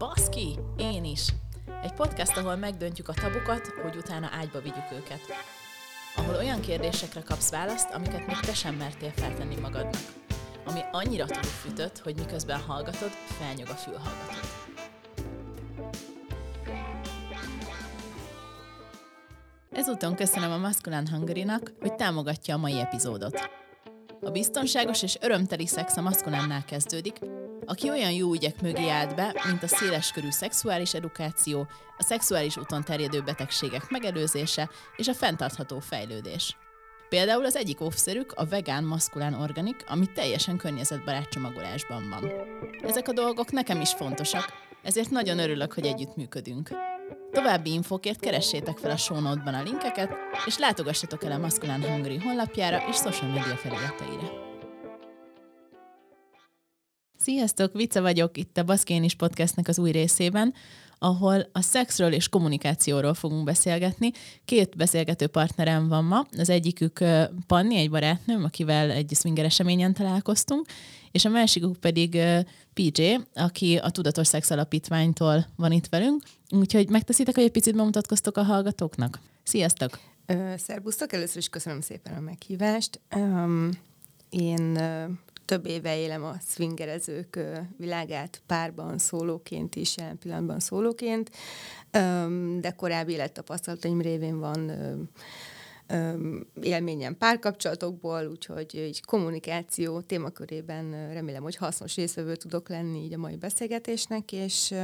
Baszki, én is! Egy podcast, ahol megdöntjük a tabukat, hogy utána ágyba vigyük őket. Ahol olyan kérdésekre kapsz választ, amiket még te sem mertél feltenni magadnak. Ami annyira túlfűtött, hogy miközben hallgatod, felnyog a fülhallgatód. Ezúton köszönöm a Masculine Hungary-nak, hogy támogatja a mai epizódot. A biztonságos és örömteli szex a Masculine-nál kezdődik, aki olyan jó ügyek mögé állt be, mint a széleskörű szexuális edukáció, a szexuális úton terjedő betegségek megelőzése és a fenntartható fejlődés. Például az egyik óvszerük a vegán Masculine Organic, ami teljesen környezetbarát csomagolásban van. Ezek a dolgok nekem is fontosak, ezért nagyon örülök, hogy együttműködünk. További infókért keressétek fel a show note-ban a linkeket, és látogassatok el a Masculine Hungary honlapjára és social media felületeire. Sziasztok, Vica vagyok itt a Baszki, én is podcastnek az új részében, ahol a szexről és kommunikációról fogunk beszélgetni. Két beszélgető partnerem van ma, az egyikük Panni, egy barátnőm, akivel egy swinger eseményen találkoztunk, és a másikuk pedig PJ, aki a Tudatos Szex Alapítványtól van itt velünk. Úgyhogy megteszitek, hogy egy picit bemutatkoztok a hallgatóknak? Sziasztok! Szerbusztok, először is köszönöm szépen a meghívást. Én több éve élem a swingerezők világát, párban, szólóként is, jelen pillanatban szólóként, de korábbi élettapasztalataim révén van élményem párkapcsolatokból, úgyhogy így kommunikáció témakörében remélem, hogy hasznos résztvevő tudok lenni így a mai beszélgetésnek, és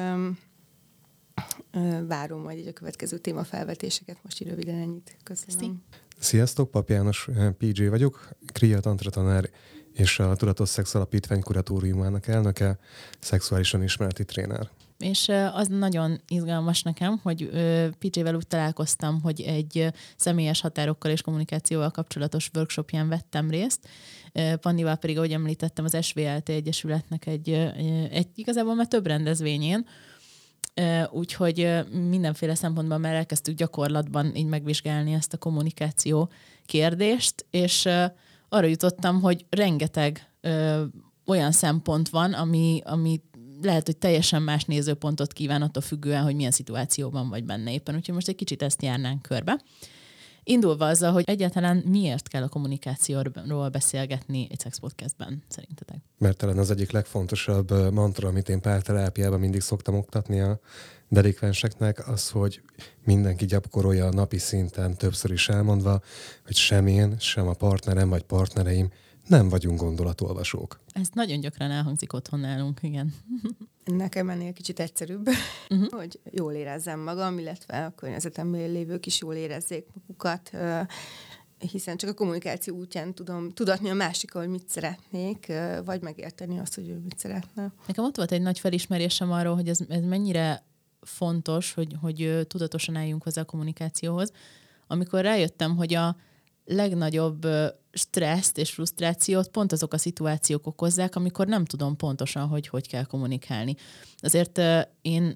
várom majd így a következő témafelvetéseket. Most így röviden ennyit. Köszönöm. Sziasztok, Pap János, PJ vagyok, Kriya tantra tanár és a Tudatos Szex Alapítvány kuratóriumának elnöke, szexuálisan ismereti tréner. És az nagyon izgalmas nekem, hogy PJ-vel úgy találkoztam, hogy egy személyes határokkal és kommunikációval kapcsolatos workshopján vettem részt. Pannival pedig, ahogy említettem, az SVLT Egyesületnek egy igazából már több rendezvényén, úgyhogy mindenféle szempontból már elkezdtük gyakorlatban így megvizsgálni ezt a kommunikáció kérdést, és arra jutottam, hogy rengeteg olyan szempont van, ami lehet, hogy teljesen más nézőpontot kíván attól függően, hogy milyen szituációban vagy benne éppen. Úgyhogy most egy kicsit ezt járnánk körbe. Indulva azzal, hogy egyáltalán miért kell a kommunikációról beszélgetni egy szexpodcastben, szerintetek? Mert talán az egyik legfontosabb mantra, amit én párterápiában mindig szoktam oktatni a delikvenseknek, az, hogy mindenki gyakorolja napi szinten, többször is elmondva, hogy sem én, sem a partnerem vagy partnereim nem vagyunk gondolatolvasók. Ez nagyon gyakran elhangzik otthon nálunk, igen. Nekem ennél kicsit egyszerűbb, hogy jól érezzem magam, illetve a környezetemben lévők is jól érezzék magukat, hiszen csak a kommunikáció útján tudom tudatni a másikkal, hogy mit szeretnék, vagy megérteni azt, hogy ő mit szeretne. Nekem ott volt egy nagy felismerésem arról, hogy ez mennyire fontos, hogy tudatosan álljunk hozzá a kommunikációhoz, amikor rájöttem, hogy a legnagyobb stresszt és frusztrációt pont azok a szituációk okozzák, amikor nem tudom pontosan, hogy kell kommunikálni. Azért én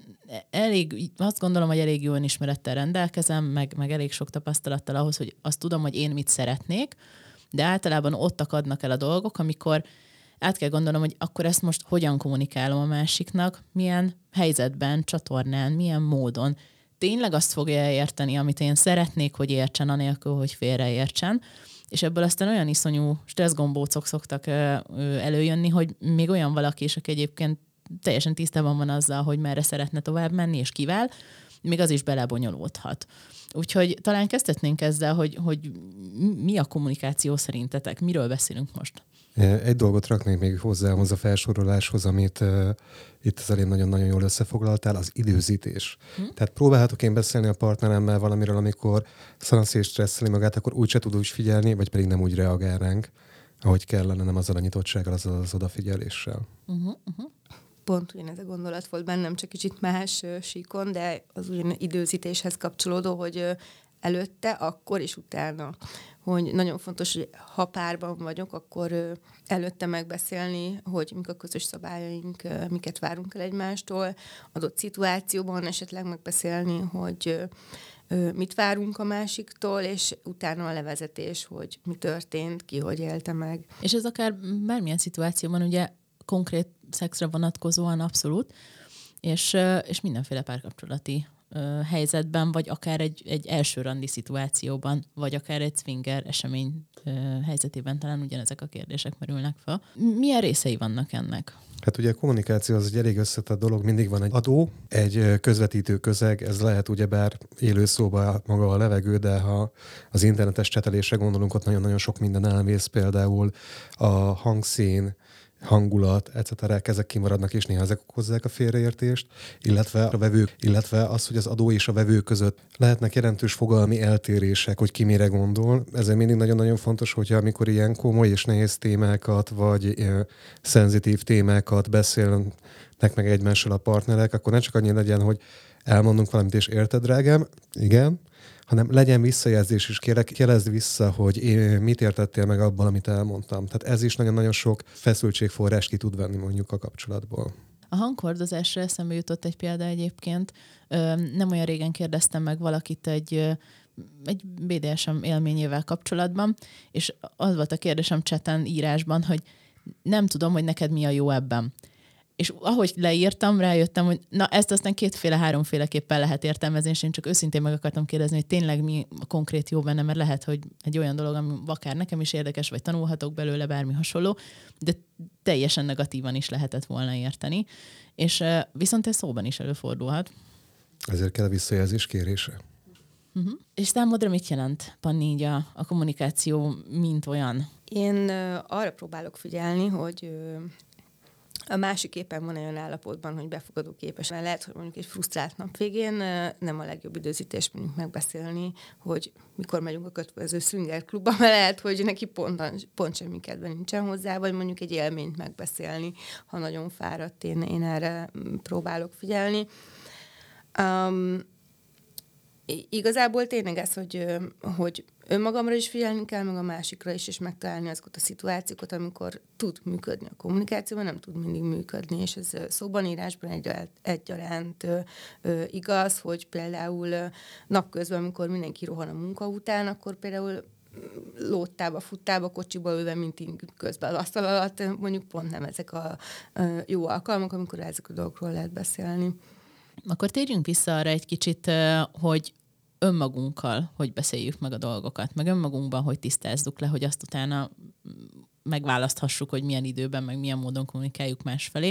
azt gondolom, hogy elég jó önismerettel rendelkezem, meg elég sok tapasztalattal ahhoz, hogy azt tudom, hogy én mit szeretnék, de általában ott akadnak el a dolgok, amikor át kell gondolnom, hogy akkor ezt most hogyan kommunikálom a másiknak, milyen helyzetben, csatornán, milyen módon. Tényleg azt fogja érteni, amit én szeretnék, hogy értsen, anélkül, hogy félreértsen. És ebből aztán olyan iszonyú stresszgombócok szoktak előjönni, hogy még olyan valaki is, aki egyébként teljesen tisztában van azzal, hogy merre szeretne tovább menni, és kivel, még az is belebonyolódhat. Úgyhogy talán kezdhetnénk ezzel, hogy mi a kommunikáció szerintetek? Miről beszélünk most? Egy dolgot raknék még hozzához a felsoroláshoz, amit itt az elén nagyon-nagyon jól összefoglaltál, az időzítés. Tehát próbálhatok én beszélni a partneremmel valamiről, amikor szanaszél stresszeli magát, akkor úgyse tud úgy figyelni, vagy pedig nem úgy reagál ránk, ahogy kellene, nem azzal a nyitottsággal, azzal az odafigyeléssel. Pont ugyanez a gondolat volt bennem, csak kicsit más síkon, de az ugyan időzítéshez kapcsolódó, hogy előtte, akkor és utána. Hogy nagyon fontos, hogy ha párban vagyok, akkor előtte megbeszélni, hogy mik a közös szabályaink, miket várunk el egymástól, adott szituációban esetleg megbeszélni, hogy mit várunk a másiktól, és utána a levezetés, hogy mi történt, ki hogy élte meg. És ez akár bármilyen szituációban, ugye konkrét szexre vonatkozóan abszolút, és mindenféle párkapcsolati helyzetben, vagy akár egy első randi szituációban, vagy akár egy swinger esemény helyzetében talán ugyanezek a kérdések merülnek fel. Milyen részei vannak ennek? Hát ugye a kommunikáció az egy elég összetett dolog, mindig van egy adó, egy közvetítő közeg, ez lehet ugyebár élő szóba maga a levegő, de ha az internetes csetelésre gondolunk, ott nagyon-nagyon sok minden elvész, például a hangszín, hangulat, etc. Ezek kimaradnak, és néha ezek okozzák a félreértést, illetve az, hogy az adó és a vevő között lehetnek jelentős fogalmi eltérések, hogy ki mire gondol. Ezért mindig nagyon-nagyon fontos, hogyha amikor ilyen komoly és nehéz témákat, vagy szenzitív témákat beszélnek meg egymással a partnerek, akkor ne csak annyi legyen, hogy elmondunk valamit, és érted, drágám? Igen. Hanem legyen visszajelzés is, kérlek, jelezd vissza, hogy mit értettél meg abban, amit elmondtam. Tehát ez is nagyon-nagyon sok feszültségforrást ki tud venni mondjuk a kapcsolatból. A hangkordozásra eszembe jutott egy példa egyébként. Nem olyan régen kérdeztem meg valakit egy BDSM élményével kapcsolatban, és az volt a kérdésem chaten, írásban, hogy nem tudom, hogy neked mi a jó ebben. És ahogy leírtam, rájöttem, hogy na ezt aztán kétféle-háromféleképpen lehet értelmezni, és én csak őszintén meg akartam kérdezni, hogy tényleg mi a konkrét jó benne, mert lehet, hogy egy olyan dolog, ami akár nekem is érdekes, vagy tanulhatok belőle, bármi hasonló, de teljesen negatívan is lehetett volna érteni. És viszont ez szóban is előfordulhat. Ezért kell a visszajelzés kérése. Uh-huh. És számodra mit jelent, Panni, így a kommunikáció, mint olyan? Én arra próbálok figyelni, hogy a másik éppen van olyan állapotban, hogy befogadó képes. Lehet, hogy mondjuk egy frusztrált nap végén nem a legjobb időzítés mondjuk megbeszélni, hogy mikor megyünk a következő swinger klubba, mert lehet, hogy neki pont semmi kedve nincsen hozzá, vagy mondjuk egy élményt megbeszélni, ha nagyon fáradt, én erre próbálok figyelni. Igazából tényleg ez, hogy önmagamra is figyelni kell, meg a másikra is, és megtalálni azokat a szituációkat, amikor tud működni a kommunikációban, nem tud mindig működni, és ez szóban, írásban egyaránt igaz, hogy például napközben, amikor mindenki rohan a munka után, akkor például lóttába, futtába, kocsiba ülve, mint közben az asztal alatt, mondjuk pont nem ezek a jó alkalmak, amikor ezek a dolgokról lehet beszélni. Akkor térjünk vissza arra egy kicsit, hogy önmagunkkal, hogy beszéljük meg a dolgokat, meg önmagunkban, hogy tisztázzuk le, hogy azt utána megválaszthassuk, hogy milyen időben, meg milyen módon kommunikáljuk másfelé.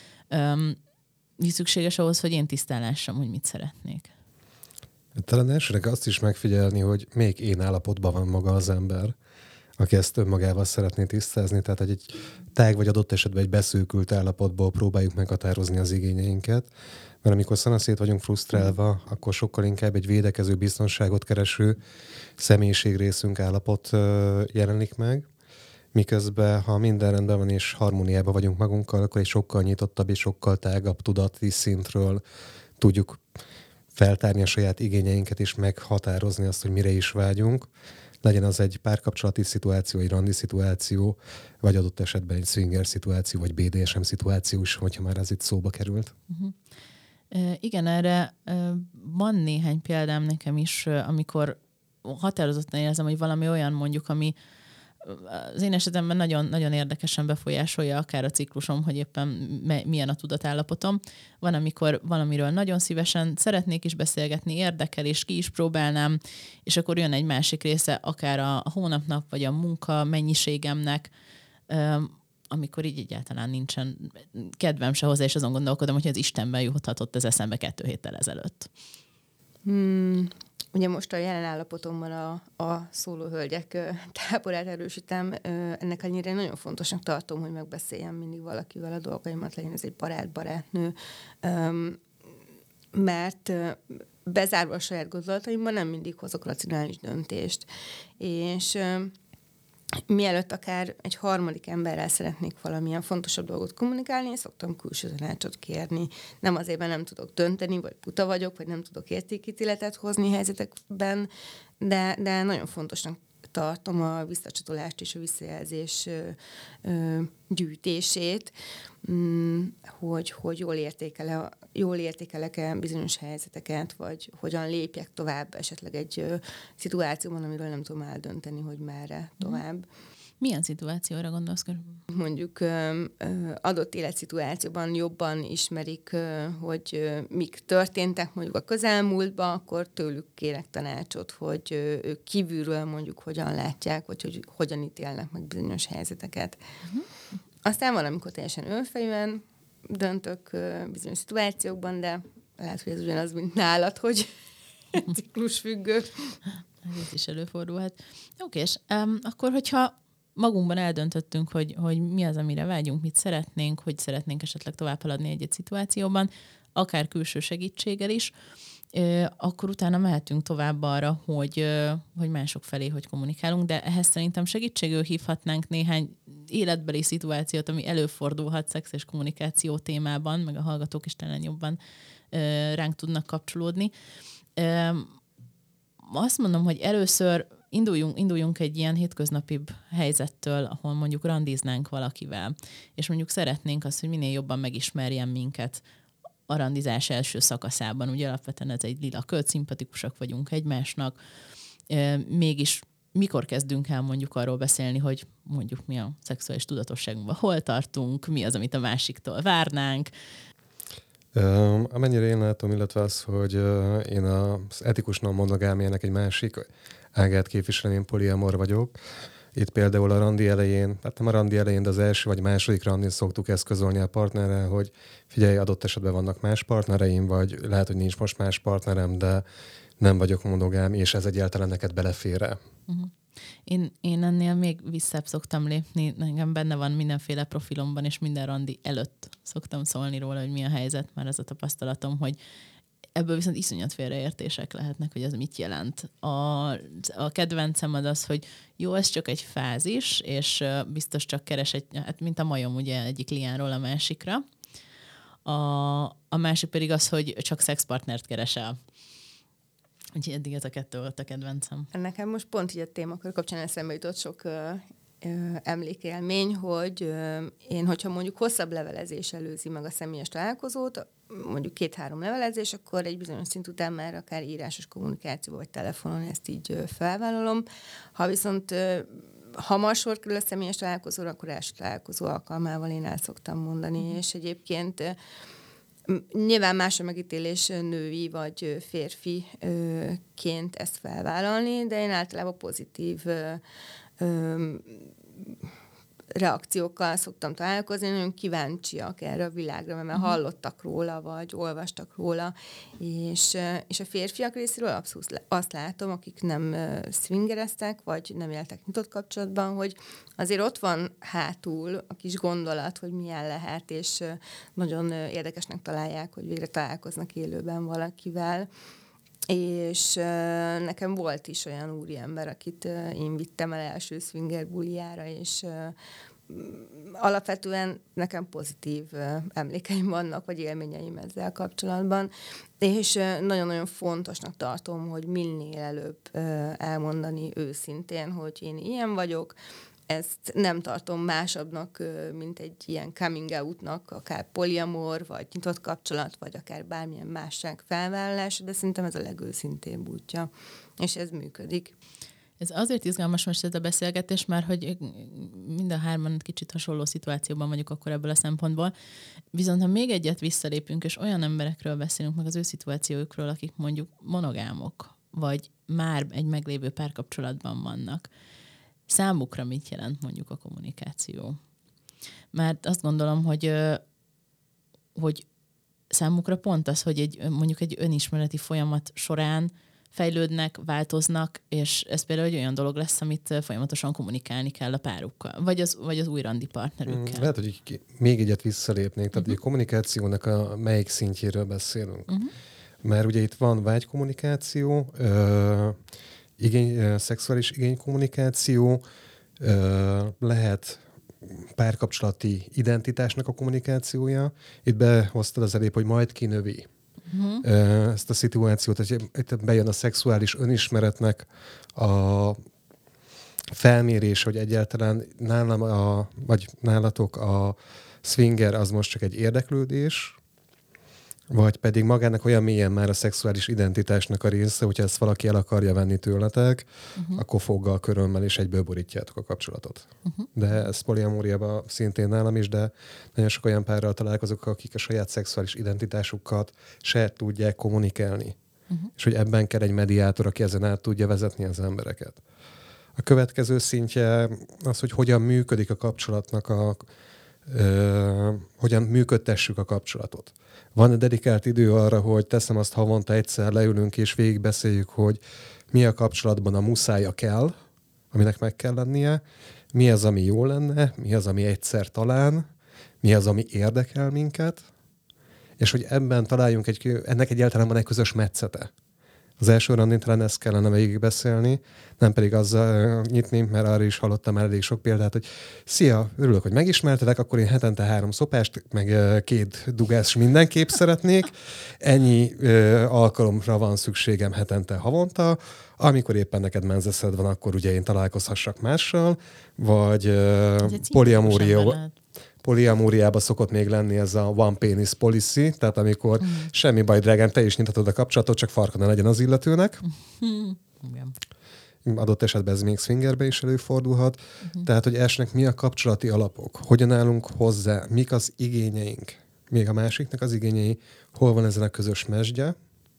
Mi szükséges ahhoz, hogy én tisztálássam, hogy mit szeretnék? Talán elsőnek azt is megfigyelni, hogy még én állapotban van maga az ember, aki ezt önmagával szeretné tisztázni, tehát egy tág vagy adott esetben egy beszűkült állapotból próbáljuk meghatározni az igényeinket, mert amikor szanaszét vagyunk frusztrálva, akkor sokkal inkább egy védekező, biztonságot kereső személyiségrészünk állapot jelenik meg, miközben ha minden rendben van és harmóniában vagyunk magunkkal, akkor egy sokkal nyitottabb és sokkal tágabb tudati szintről tudjuk feltárni a saját igényeinket és meghatározni azt, hogy mire is vágyunk. Legyen az egy párkapcsolati szituáció, egy randi szituáció, vagy adott esetben egy swinger szituáció, vagy BDSM szituáció is, hogyha már ez itt szóba került. Uh-huh. Igen, erre van néhány példám nekem is, amikor határozottan érzem, hogy valami olyan mondjuk, ami az én esetemben nagyon, nagyon érdekesen befolyásolja akár a ciklusom, hogy éppen milyen a tudatállapotom. Van, amikor valamiről nagyon szívesen szeretnék is beszélgetni, érdekel, és ki is próbálnám, és akkor jön egy másik része, akár a hónapnak, vagy a munka mennyiségemnek, amikor így egyáltalán nincsen kedvem se hozzá, és azon gondolkodom, hogy az Istenben juthatott ez eszembe 2 héttel ezelőtt. Ugye most a jelen állapotomban a szólóhölgyek táborát erősítem. Ennek annyira nagyon fontosnak tartom, hogy megbeszéljem mindig valakivel a dolgaimat, legyen ez egy barátnő, mert bezárva a saját gondolataimban nem mindig hozok racionális döntést. És mielőtt akár egy harmadik emberrel szeretnék valamilyen fontosabb dolgot kommunikálni, én szoktam külső tanácsot kérni. Nem azért, mert nem tudok dönteni, vagy buta vagyok, vagy nem tudok értékítéletet hozni helyzetekben, de nagyon fontosnak tartom a visszacsatolást és a visszajelzés gyűjtését, hogy jól értékelek-e bizonyos helyzeteket, vagy hogyan lépjek tovább esetleg egy szituációban, amiről nem tudom eldönteni, hogy merre tovább. Milyen szituációra gondolsz körülbelül? Mondjuk adott életszituációban jobban ismerik, hogy mik történtek mondjuk a közelmúltban, akkor tőlük kérek tanácsot, hogy ők kívülről mondjuk hogyan látják, vagy hogy hogyan ítélnek meg bizonyos helyzeteket. Aztán valamikor teljesen önfejűen döntök bizonyos szituációkban, de lehet, hogy ez ugyanaz, mint nálad, hogy ciklusfüggő. Ez is előfordulhat. Oké, és akkor, hogyha magunkban eldöntöttünk, hogy mi az, amire vágyunk, mit szeretnénk, hogy szeretnénk esetleg tovább haladni egy szituációban, akár külső segítséggel is, akkor utána mehetünk tovább arra, hogy mások felé hogy kommunikálunk, de ehhez szerintem segítségül hívhatnánk néhány életbeli szituációt, ami előfordulhat szex és kommunikáció témában, meg a hallgatók is talán jobban ránk tudnak kapcsolódni. Azt mondom, hogy először induljunk egy ilyen hétköznapibb helyzettől, ahol mondjuk randiznánk valakivel, és mondjuk szeretnénk azt, hogy minél jobban megismerjen minket a randizás első szakaszában. Ugye alapvetően ez egy lila köd, szimpatikusak vagyunk egymásnak. Mégis mikor kezdünk el mondjuk arról beszélni, hogy mondjuk mi a szexuális tudatosságunkban, hol tartunk, mi az, amit a másiktól várnánk. Amennyire én látom, illetve az, hogy én az etikus non-monogámiának egy másik ágát képviselem, én poliamor vagyok. Itt például a randi elején, hát nem a randi elején, de az első vagy második randin szoktuk eszközölni a partnerrel, hogy figyelj, adott esetben vannak más partnereim, vagy lehet, hogy nincs most más partnerem, de nem vagyok monogám, és ez egyáltalán neked belefér-e. Uh-huh. Én ennél még visszább szoktam lépni, nekem benne van mindenféle profilomban, és minden randi előtt szoktam szólni róla, hogy mi a helyzet, már ez a tapasztalatom, hogy ebből viszont iszonyat félreértések lehetnek, hogy az mit jelent. A kedvencem az, hogy jó, ez csak egy fázis, és biztos csak keres hát mint a majom ugye egyik liánról a másikra. A másik pedig az, hogy csak szexpartnert keresel. Úgyhogy eddig ez a kettő volt a kedvencem. Nekem most pont így a témakör kapcsán eszembe jutott sok emlékélmény, hogy én, hogyha mondjuk hosszabb levelezés előzi meg a személyes találkozót, mondjuk 2-3 levelezés, akkor egy bizonyos szint után már akár írásos kommunikáció vagy telefonon ezt így felvállalom. Ha viszont hamar sor kerül a személyes találkozóra, akkor első találkozó alkalmával én el szoktam mondani, és egyébként nyilván más a megítélés női vagy férfiként ezt felvállalni, de én általában pozitív reakciókkal szoktam találkozni, nagyon kíváncsiak erre a világra, mert hallottak róla, vagy olvastak róla, és a férfiak részéről abszolút azt látom, akik nem swingereztek, vagy nem éltek nyitott kapcsolatban, hogy azért ott van hátul a kis gondolat, hogy milyen lehet, és nagyon érdekesnek találják, hogy végre találkoznak élőben valakivel. És nekem volt is olyan úriember, akit én vittem el első swinger bulijára, és alapvetően nekem pozitív emlékeim vannak, vagy élményeim ezzel kapcsolatban, és nagyon-nagyon fontosnak tartom, hogy minél előbb elmondani őszintén, hogy én ilyen vagyok. Ezt nem tartom másabbnak, mint egy ilyen coming out-nak, akár poliamor, vagy nyitott kapcsolat, vagy akár bármilyen másság felvállalás, de szerintem ez a legőszintébb útja, és ez működik. Ez azért izgalmas most ez a beszélgetés, mert hogy mind a hárman kicsit hasonló szituációban vagyunk akkor ebből a szempontból. Viszont ha még egyet visszalépünk, és olyan emberekről beszélünk, meg az ő szituációjukról, akik mondjuk monogámok, vagy már egy meglévő párkapcsolatban vannak, számukra mit jelent mondjuk a kommunikáció? Mert azt gondolom, hogy számukra pont az, hogy mondjuk egy önismereti folyamat során fejlődnek, változnak, és ez például egy olyan dolog lesz, amit folyamatosan kommunikálni kell a párukkal, vagy az új randi partnerükkel. Lehet, hogy még egyet visszalépnék, tehát a kommunikációnak a melyik szintjéről beszélünk. Mert ugye itt van vágykommunikáció, szexuális igénykommunikáció, lehet párkapcsolati identitásnak a kommunikációja. Itt behoztad az elébb, hogy majd kinövi ezt a szituációt, hogy itt bejön a szexuális önismeretnek a felmérés, hogy egyáltalán vagy nálatok a swinger az most csak egy érdeklődés, vagy pedig magának olyan mélyen már a szexuális identitásnak a része, hogyha ezt valaki el akarja venni tőletek, akkor foggal, körömmel és egyből borítjátok a kapcsolatot. De ez poliamóriában szintén nálam is, de nagyon sok olyan párral találkozok, akik a saját szexuális identitásukat se tudják kommunikálni. És hogy ebben kell egy mediátor, aki ezen át tudja vezetni az embereket. A következő szintje az, hogy hogyan működik a kapcsolatnak, hogyan működtessük a kapcsolatot. Van dedikált idő arra, hogy teszem azt havonta egyszer, leülünk és végigbeszéljük, hogy mi a kapcsolatban a muszája kell, aminek meg kell lennie, mi az, ami jó lenne, mi az, ami egyszer talán, mi az, ami érdekel minket, és hogy ebben találjunk ennek egyáltalán van egy közös metszete. Az első randin talán ezt kellene végigbeszélni, nem pedig azzal nyitni, mert arra is hallottam már elég sok példát, hogy szia, örülök, hogy megismertelek, akkor én hetente 3 szopást, meg 2 dugás mindenképp szeretnék. Ennyi alkalomra van szükségem hetente, havonta. Amikor éppen neked menzeszed van, akkor ugye én találkozhassak mással, vagy poliamóriában szokott még lenni ez a one penis policy, tehát amikor semmi baj, drágám, te is nyithatod a kapcsolatot, csak farka ne legyen az illetőnek. Adott esetben ez még swingerbe is előfordulhat. Tehát, hogy elsőnek mi a kapcsolati alapok, hogyan állunk hozzá, mik az igényeink, még a másiknak az igényei, hol van ezen a közös mesdje,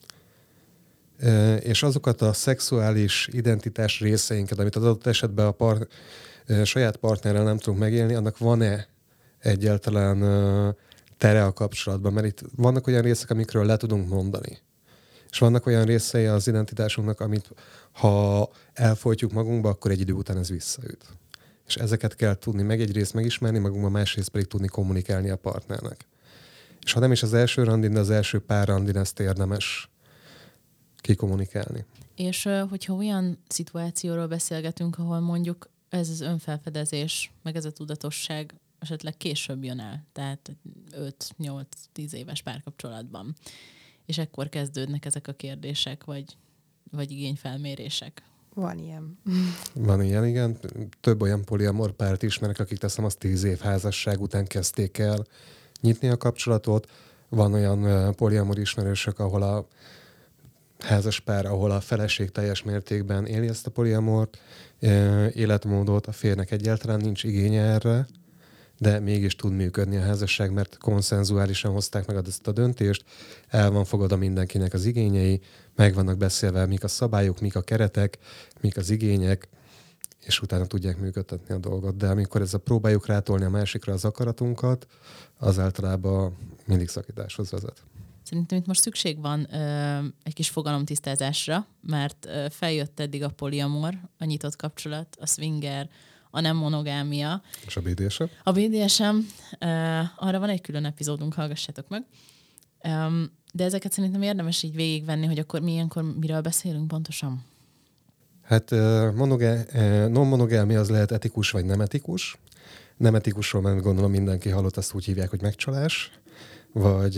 és azokat a szexuális identitás részeinket, amit az adott esetben a saját partnerrel nem tudunk megélni, annak van-e egyáltalán tere a kapcsolatban, mert itt vannak olyan részek, amikről le tudunk mondani. És vannak olyan részei az identitásunknak, amit ha elfolytjuk magunkba, akkor egy idő után ez visszaüt. És ezeket kell tudni egyrészt megismerni magunkban, másrészt pedig tudni kommunikálni a partnernek. És ha nem is az első randin, de az első pár randin ezt érdemes kikommunikálni. És hogyha olyan szituációról beszélgetünk, ahol mondjuk ez az önfelfedezés, meg ez a tudatosság esetleg később jön el, tehát 5-8-10 éves párkapcsolatban. És ekkor kezdődnek ezek a kérdések, vagy igényfelmérések. Van ilyen. Van ilyen, igen. Több olyan poliamor párt ismerek, akik teszem azt 10 év házasság után kezdték el nyitni a kapcsolatot. Van olyan poliamor ismerősök, ahol a házas pár, ahol a feleség teljes mértékben éli ezt a poliamort, életmódot, a férnek egyáltalán nincs igénye erre, de mégis tud működni a házasság, mert konszenzuálisan hozták meg ezt a döntést, el van fogadva mindenkinek az igényei, meg vannak beszélve, mik a szabályok, mik a keretek, mik az igények, és utána tudják működtetni a dolgot. De amikor ezzel próbáljuk rátolni a másikra az akaratunkat, az általában mindig szakításhoz vezet. Szerintem itt most szükség van egy kis fogalomtisztázásra, mert feljött eddig a poliamor, a nyitott kapcsolat, a swinger, a nem monogámia. És a BDSM? A BDSM, arra van egy külön epizódunk, hallgassátok meg. De ezeket szerintem érdemes így végigvenni, hogy akkor miről beszélünk pontosan. Hát non-monogámia az lehet etikus vagy nem etikus. Nem etikusról már gondolom mindenki hallott, azt úgy hívják, hogy megcsalás. Vagy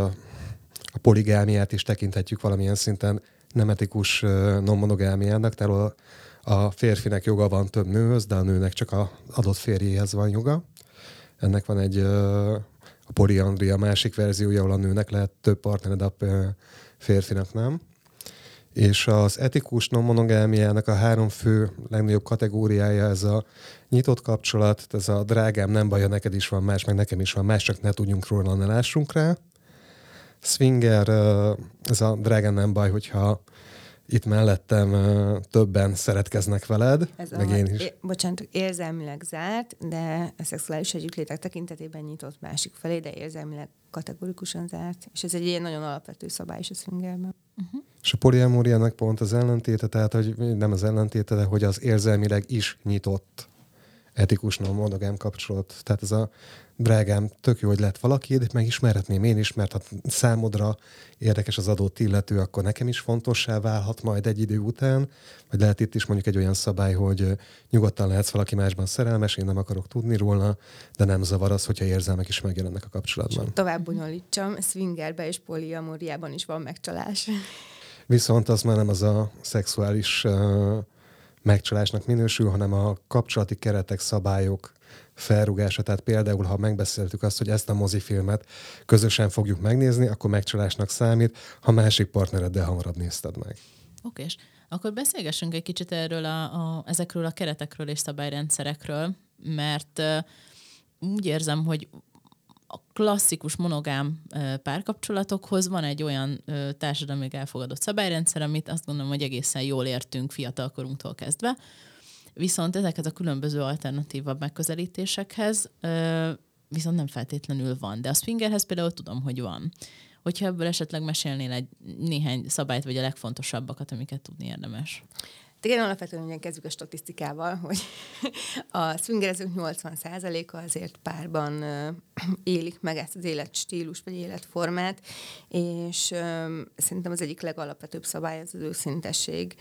a poligámiát is tekinthetjük valamilyen szinten nem etikus non-monogámiának, tehát a férfinek joga van több nőhöz, de a nőnek csak az adott férjéhez van joga. Ennek van a poliandria másik verziója, ahol a nőnek lehet több partnere, de a férfinak nem. És az etikus non-monogámiának a 3 fő legnagyobb kategóriája ez a nyitott kapcsolat, ez a drágám, nem baj, ha neked is van más, meg nekem is van más, csak ne tudjunk róla, ne lássunk rá. Swinger, ez a drágám, nem baj, hogyha itt mellettem többen szeretkeznek veled, ez meg én is. Érzelmileg zárt, de a szexuális együttlétek tekintetében nyitott másik felé, de érzelmileg kategorikusan zárt. És ez egy ilyen nagyon alapvető szabály is a swingerben. És a poliamóriának pont az ellentéte, tehát hogy nem az ellentéte, de hogy az érzelmileg is nyitott etikus non-monogám kapcsolat. Tehát ez a drágám, tök jó, hogy lett valaki, de megismerhetném én is, mert ha számodra érdekes az adott illető, akkor nekem is fontossá válhat majd egy idő után. Vagy lehet itt is mondjuk egy olyan szabály, hogy nyugodtan lehetsz valaki másban szerelmes, én nem akarok tudni róla, de nem zavar az, hogyha érzelmek is megjelennek a kapcsolatban. És tovább bonyolítsam, swingerben és poliamóriában is van megcsalás. Viszont az már nem az a szexuális megcsalásnak minősül, hanem a kapcsolati keretek, szabályok felrugása. Tehát például, ha megbeszéltük azt, hogy ezt a mozifilmet közösen fogjuk megnézni, akkor megcsalásnak számít, ha másik partnereddel hamarabb nézted meg. Okés. Akkor beszélgessünk egy kicsit erről ezekről a keretekről és szabályrendszerekről, mert úgy érzem, hogy a klasszikus monogám párkapcsolatokhoz van egy olyan társadalmilag elfogadott szabályrendszer, amit azt gondolom, hogy egészen jól értünk fiatalkorunktól kezdve. Viszont ezekhez a különböző alternatívabb megközelítésekhez viszont nem feltétlenül van. De a swingerhez például tudom, hogy van. Hogyha ebből esetleg mesélnél néhány szabályt, vagy a legfontosabbakat, amiket tudni érdemes. Igen, alapvetően ugyan kezdjük a statisztikával, hogy a swingerezők 80%-a azért párban élik meg ezt az életstílus vagy életformát, és szerintem az egyik legalapvetőbb szabály az őszintesség.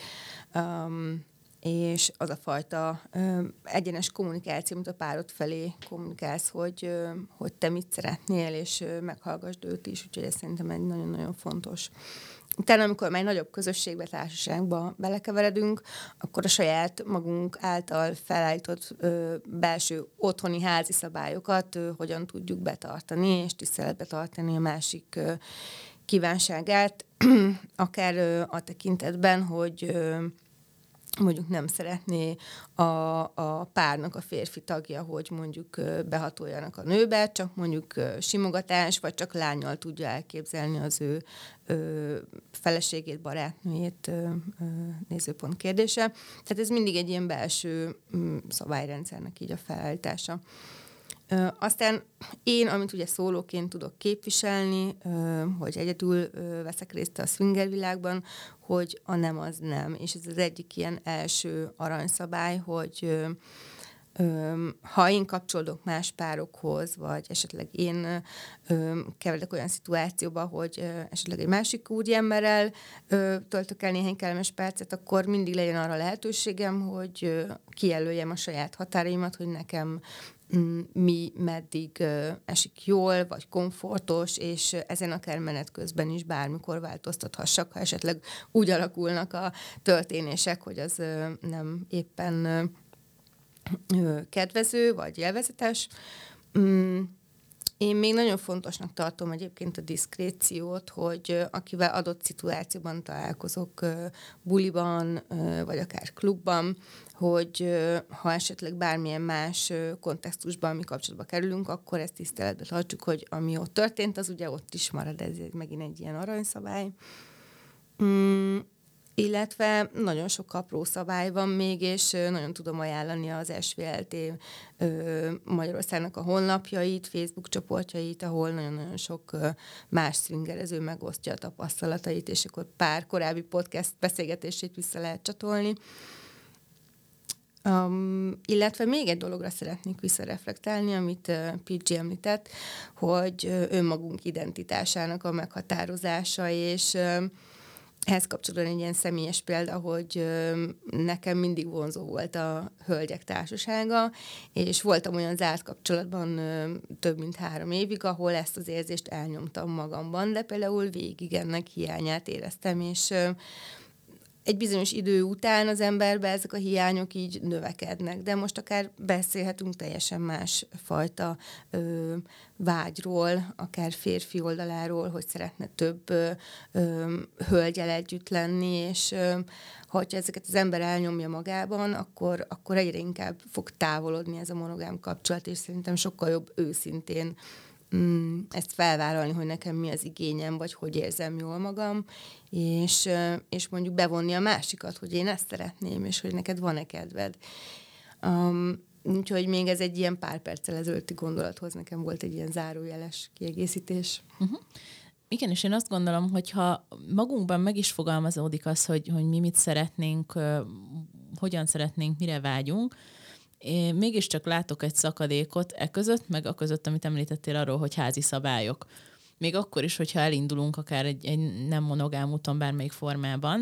És az a fajta egyenes kommunikáció, amit a párod felé kommunikálsz, hogy te mit szeretnél, és meghallgassd őt is, úgyhogy ez szerintem egy nagyon-nagyon fontos. Utána, amikor már nagyobb közösségbe, társaságba belekeveredünk, akkor a saját magunk által felállított belső otthoni házi szabályokat hogyan tudjuk betartani, és tiszteletbe tartani a másik kívánságát, akár a tekintetben, hogy mondjuk nem szeretné a párnak a férfi tagja, hogy mondjuk behatoljanak a nőbe, csak mondjuk simogatás, vagy csak lánnyal tudja elképzelni az ő feleségét, barátnőjét, nézőpont kérdése. Tehát ez mindig egy ilyen belső szabályrendszernek így a felállítása. Aztán én, amit ugye szólóként tudok képviselni, hogy egyedül veszek részt a swinger világban, hogy a nem az nem. És ez az egyik ilyen első aranyszabály, hogy ha én kapcsolódok más párokhoz, vagy esetleg én keveredek olyan szituációba, hogy esetleg egy másik úriemberrel töltök el néhány kellemes percet, akkor mindig legyen arra lehetőségem, hogy kijelöljem a saját határaimat, hogy nekem mi meddig esik jól, vagy komfortos, és ezen akár menet közben is bármikor változtathassak, ha esetleg úgy alakulnak a történések, hogy az nem éppen kedvező, vagy élvezetes. Én még nagyon fontosnak tartom egyébként a diszkréciót, hogy akivel adott szituációban találkozok, buliban, vagy akár klubban, hogy ha esetleg bármilyen más kontextusban mi kapcsolatba kerülünk, akkor ezt tiszteletbe tartsuk, hogy ami ott történt, az ugye ott is marad, ez megint egy ilyen aranyszabály. Illetve nagyon sok apró szabály van még, és nagyon tudom ajánlani az SVLT Magyarországnak a honlapjait, Facebook csoportjait, ahol nagyon-nagyon sok más swingerező megosztja a tapasztalatait, és akkor pár korábbi podcast beszélgetését vissza lehet csatolni. Illetve még egy dologra szeretnék visszareflektálni, amit PG említett, hogy önmagunk identitásának a meghatározása, és ehhez kapcsolatban egy ilyen személyes példa, hogy nekem mindig vonzó volt a hölgyek társasága, és voltam olyan zárt kapcsolatban több mint 3 évig, ahol ezt az érzést elnyomtam magamban, de például végig ennek hiányát éreztem, és egy bizonyos idő után az emberben ezek a hiányok így növekednek, de most akár beszélhetünk teljesen más fajta vágyról, akár férfi oldaláról, hogy szeretne több hölgyel együtt lenni, és ha ezeket az ember elnyomja magában, akkor egyre inkább fog távolodni ez a monogám kapcsolat, és szerintem sokkal jobb őszintén ezt felvállalni, hogy nekem mi az igényem, vagy hogy érzem jól magam, és mondjuk bevonni a másikat, hogy én ezt szeretném, és hogy neked van-e kedved. Úgyhogy még ez egy ilyen pár perccel ezelőtti gondolathoz nekem volt egy ilyen zárójeles kiegészítés. Uh-huh. Igen, és én azt gondolom, hogy ha magunkban meg is fogalmazódik az, hogy mi mit szeretnénk, hogyan szeretnénk, mire vágyunk, én mégiscsak látok egy szakadékot között, meg a között, amit említettél arról, hogy házi szabályok. Még akkor is, hogyha elindulunk akár egy nem monogám úton bármelyik formában.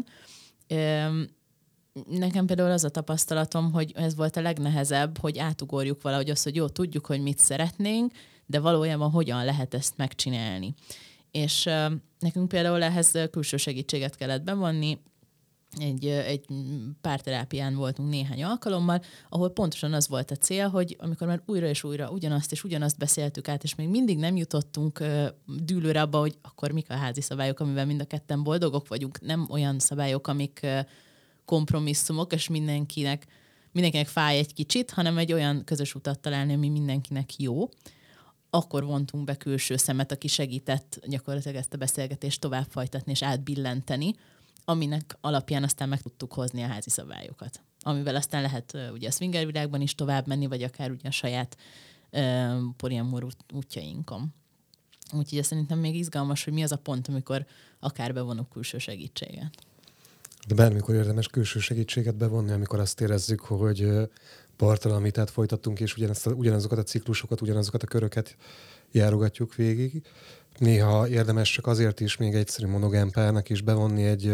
Nekem például az a tapasztalatom, hogy ez volt a legnehezebb, hogy átugorjuk valahogy azt, hogy jó, tudjuk, hogy mit szeretnénk, de valójában hogyan lehet ezt megcsinálni. És nekünk például ehhez külső segítséget kellett bevonni, egy párterápián voltunk néhány alkalommal, ahol pontosan az volt a cél, hogy amikor már újra és újra ugyanazt és ugyanazt beszéltük át, és még mindig nem jutottunk dűlőre abba, hogy akkor mik a házi szabályok, amivel mind a ketten boldogok vagyunk, nem olyan szabályok, amik kompromisszumok, és mindenkinek fáj egy kicsit, hanem egy olyan közös utat találni, ami mindenkinek jó. Akkor vontunk be külső szemet, aki segített gyakorlatilag ezt a beszélgetést tovább folytatni és átbillenteni, aminek alapján aztán meg tudtuk hozni a házi szabályokat. Amivel aztán lehet ugye a swinger világban is tovább menni, vagy akár ugye a saját poliamor útjainkon. Úgyhogy szerintem még izgalmas, hogy mi az a pont, amikor akár bevonunk külső segítséget. De bármikor érdemes külső segítséget bevonni, amikor azt érezzük, hogy parttalan vitát folytattunk, és ugyanazokat a ciklusokat, ugyanazokat a köröket járogatjuk végig. Néha érdemes csak azért is még egyszerű monogám párnak is bevonni egy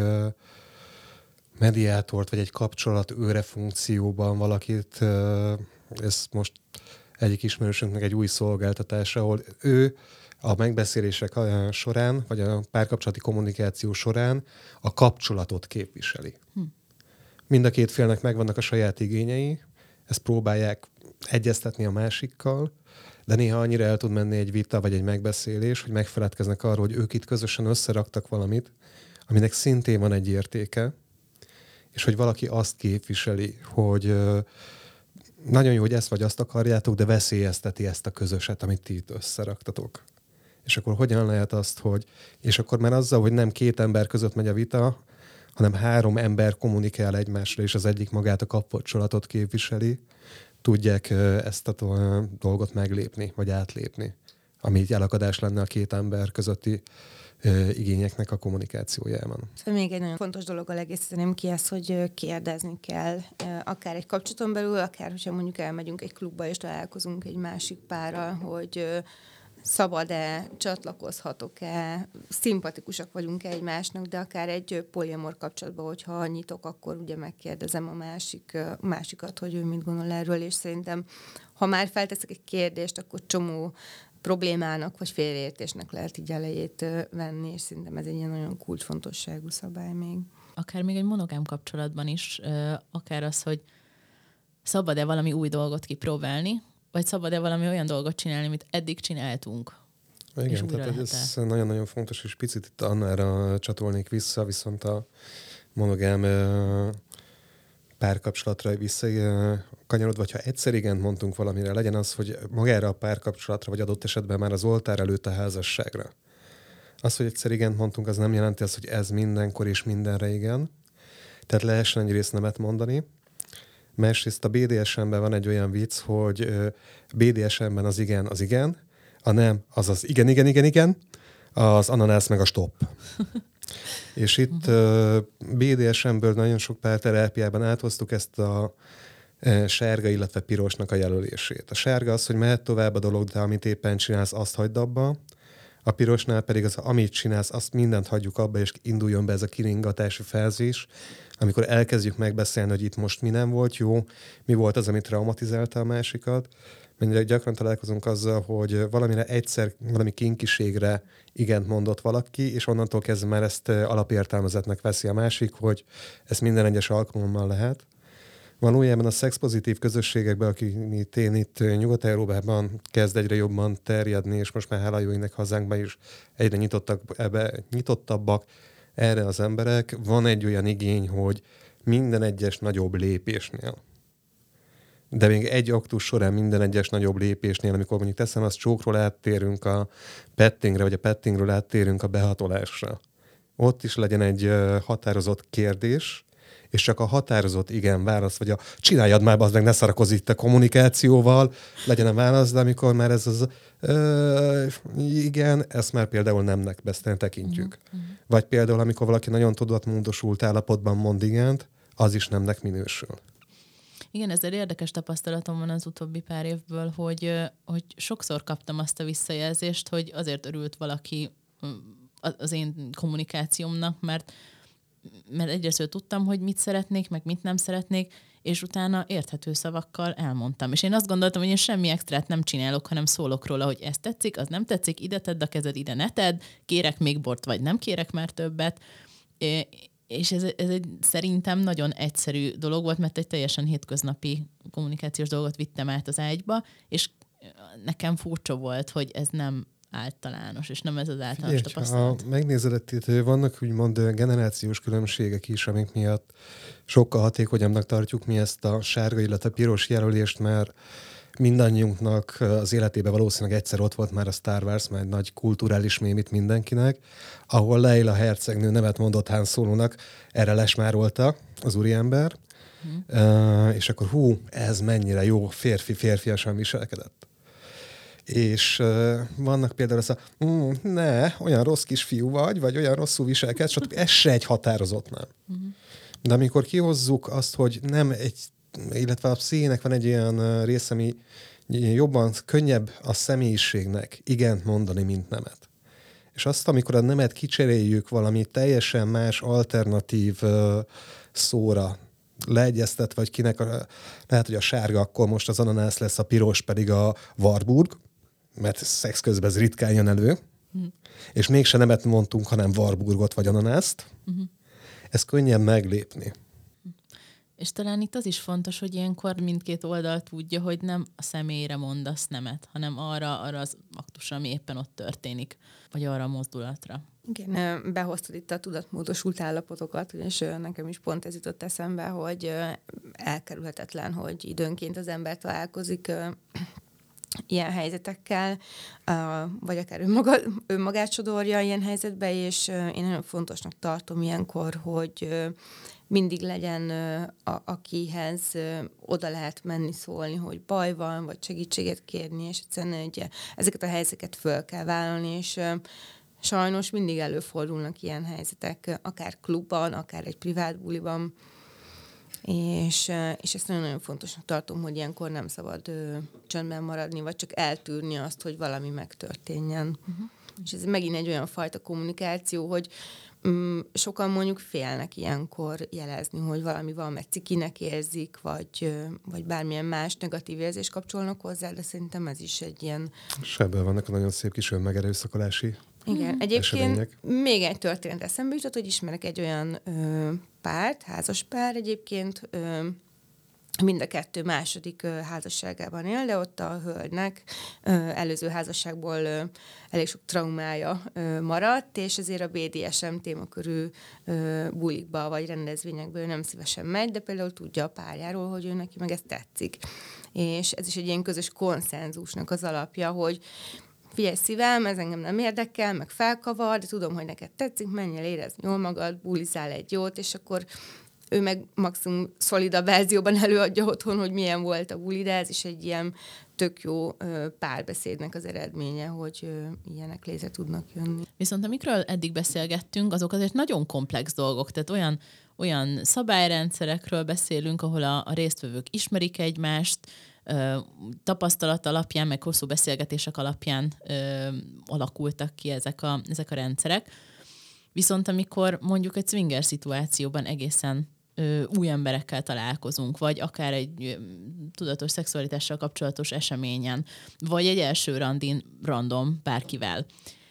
mediátort, vagy egy kapcsolat őre funkcióban valakit. Ez most egyik ismerősünknek egy új szolgáltatás, ahol ő a megbeszélések során, vagy a párkapcsolati kommunikáció során a kapcsolatot képviseli. Mind a két félnek megvannak a saját igényei, ezt próbálják egyeztetni a másikkal, de néha annyira el tud menni egy vita vagy egy megbeszélés, hogy megfeledkeznek arról, hogy ők itt közösen összeraktak valamit, aminek szintén van egy értéke, és hogy valaki azt képviseli, hogy nagyon jó, hogy ezt vagy azt akarjátok, de veszélyezteti ezt a közöset, amit ti itt összeraktatok. És akkor hogyan lehet azt, hogy... És akkor már azzal, hogy nem két ember között megy a vita, hanem 3 ember kommunikál egymásra, és az egyik magát a kapcsolatot képviseli, tudják ezt a dolgot meglépni, vagy átlépni, ami így elakadás lenne a 2 ember közötti igényeknek a kommunikációjában. Szóval még egy nagyon fontos dologgal egészíteném ki ezt, hogy kérdezni kell, akár egy kapcsolaton belül, akár hogyha mondjuk elmegyünk egy klubba, és találkozunk egy másik párral, hogy szabad-e, csatlakozhatok-e, szimpatikusak vagyunk egymásnak, de akár egy poliamor kapcsolatban, hogyha nyitok, akkor ugye megkérdezem a másikat, hogy ő mit gondol erről, és szerintem, ha már felteszek egy kérdést, akkor csomó problémának vagy félreértésnek lehet így elejét venni, és szerintem ez egy ilyen nagyon kulcsfontosságú szabály még. Akár még egy monogám kapcsolatban is, akár az, hogy szabad-e valami új dolgot kipróbálni, vagy szabad-e valami olyan dolgot csinálni, amit eddig csináltunk. Igen, tehát ez nagyon-nagyon fontos, és picit itt Annára csatolnék vissza, viszont a monogám párkapcsolatra visszakanyarodva, ha egyszer igent mondtunk valamire, legyen az, hogy magára a párkapcsolatra, vagy adott esetben már az oltár előtt a házasságra. Az, hogy egyszer igent mondtunk, az nem jelenti azt, hogy ez mindenkor és mindenre igen. Tehát lehessen egyrészt nemet mondani. Másrészt a BDSM-ben van egy olyan vicc, hogy BDSM-ben az igen, a nem az az igen, az ananász meg a stop. És itt BDSM-ből nagyon sok párterápiában áthoztuk ezt a sárga, illetve pirosnak a jelölését. A sárga az, hogy mehet tovább a dolog, de amit éppen csinálsz, azt hagyd abba. A pirosnál pedig az, amit csinálsz, azt mindent hagyjuk abba, és induljon be ez a kiringatási fázis, amikor elkezdjük megbeszélni, hogy itt most mi nem volt jó, mi volt az, ami traumatizálta a másikat. Mennyire gyakran találkozunk azzal, hogy valamire egyszer, valami kinkiségre igent mondott valaki, és onnantól kezdve már ezt alapértelmezetnek veszi a másik, hogy ez minden egyes alkalommal lehet. Valójában a szexpozitív közösségekben, akik itt Nyugat-Európában kezd egyre jobban terjedni, és most már hála jó égnek hazánkban is egyre nyitottabbak erre az emberek, van egy olyan igény, hogy minden egyes nagyobb lépésnél, de még egy aktus során minden egyes nagyobb lépésnél, amikor mondjuk teszem, az csókról áttérünk a pettingre, vagy a pettingről áttérünk a behatolásra. Ott is legyen egy határozott kérdés, és csak a határozott igen válasz, vagy a csináljad már, az meg ne szarakozz itt a kommunikációval, legyen a válasz, de amikor már ez az igen, ezt már például nemnek tekintjük. Vagy például, amikor valaki nagyon tudatmódosult állapotban mond igent, az is nemnek minősül. Igen, ezzel érdekes tapasztalatom van az utóbbi pár évből, hogy sokszor kaptam azt a visszajelzést, hogy azért örült valaki az én kommunikációmnak, mert egyrészt tudtam, hogy mit szeretnék, meg mit nem szeretnék, és utána érthető szavakkal elmondtam. És én azt gondoltam, hogy én semmi extrát nem csinálok, hanem szólok róla, hogy ez tetszik, az nem tetszik, ide tedd a kezed, ide ne tedd, kérek még bort, vagy nem kérek már többet. És ez egy szerintem nagyon egyszerű dolog volt, mert egy teljesen hétköznapi kommunikációs dolgot vittem át az ágyba, és nekem furcsa volt, hogy ez nem általános, és nem ez az általános tapasztalat. Ha megnézed, itt vannak úgymond generációs különbségek is, amik miatt sokkal hatékonyabbnak tartjuk mi ezt a sárga, illetve piros jelölést, mert mindannyiunknak az életében valószínűleg egyszer ott volt már a Star Wars, már egy nagy kulturális mémit mindenkinek, ahol Leila hercegnő nevet mondott Han Solónak, erre lesmárolta az úriember, és akkor ez mennyire jó férfiasan viselkedett. És vannak például ez olyan rossz kisfiú vagy olyan rosszul viselkedsz, stb. Ez se egy határozott nem. De amikor kihozzuk azt, hogy nem egy, illetve a pszichének van egy olyan része, ami jobban könnyebb a személyiségnek igent mondani, mint nemet. És azt, amikor a nemet kicseréljük valami teljesen más alternatív szóra, leegyeztetve, vagy kinek lehet, hogy a sárga, akkor most az ananász lesz, a piros pedig a Warburg, mert szex közben ez ritkán jön elő, és mégse nemet mondtunk, hanem Warburgot vagy ananászt. Ez könnyebb meglépni. És talán itt az is fontos, hogy ilyenkor mindkét oldal tudja, hogy nem a személyre mondasz nemet, hanem arra az aktusra, ami éppen ott történik, vagy arra a mozdulatra. Igen, behoztad itt a tudatmódosult állapotokat, és nekem is pont ez jutott eszembe, hogy elkerülhetetlen, hogy időnként az ember találkozik ilyen helyzetekkel, vagy akár önmagát sodorja ilyen helyzetbe, és én nagyon fontosnak tartom ilyenkor, hogy mindig legyen, akihez oda lehet menni szólni, hogy baj van, vagy segítséget kérni, és egyszerűen ugye, ezeket a helyzeteket föl kell vállalni, és sajnos mindig előfordulnak ilyen helyzetek, akár klubban, akár egy privát buliban, és ezt nagyon-nagyon fontosnak tartom, hogy ilyenkor nem szabad csöndben maradni, vagy csak eltűrni azt, hogy valami megtörténjen. És ez megint egy olyan fajta kommunikáció, hogy sokan mondjuk félnek ilyenkor jelezni, hogy valami van, mert cikinek érzik, vagy bármilyen más negatív érzés kapcsolnak hozzá, de szerintem ez is egy ilyen... És ebből vannak a nagyon szép kis önmegerőszakolási Igen, egyébként események. Még egy történet eszembe jutott, hogy ismerek egy olyan párt, házas pár egyébként, mind a kettő második házasságában él, de ott a hölgynek előző házasságból elég sok traumája maradt, és ezért a BDSM témakörű bulikba vagy rendezvényekből nem szívesen megy, de például tudja a párjáról, hogy ő neki meg ez tetszik. És ez is egy ilyen közös konszenzusnak az alapja, hogy figyelj szívem, ez engem nem érdekel, meg felkavar, de tudom, hogy neked tetszik, menj el érezni jól magad, bulizál egy jót, és akkor ő meg maximum szolidabb verzióban előadja otthon, hogy milyen volt a buli, de ez is egy ilyen tök jó párbeszédnek az eredménye, hogy ilyenek létre tudnak jönni. Viszont amikről eddig beszélgettünk, azok azért nagyon komplex dolgok, tehát olyan szabályrendszerekről beszélünk, ahol a résztvevők ismerik egymást, tapasztalat alapján, meg hosszú beszélgetések alapján alakultak ki ezek a rendszerek. Viszont amikor mondjuk egy swinger szituációban egészen új emberekkel találkozunk, vagy akár egy tudatos szexualitással kapcsolatos eseményen, vagy egy első random bárkivel,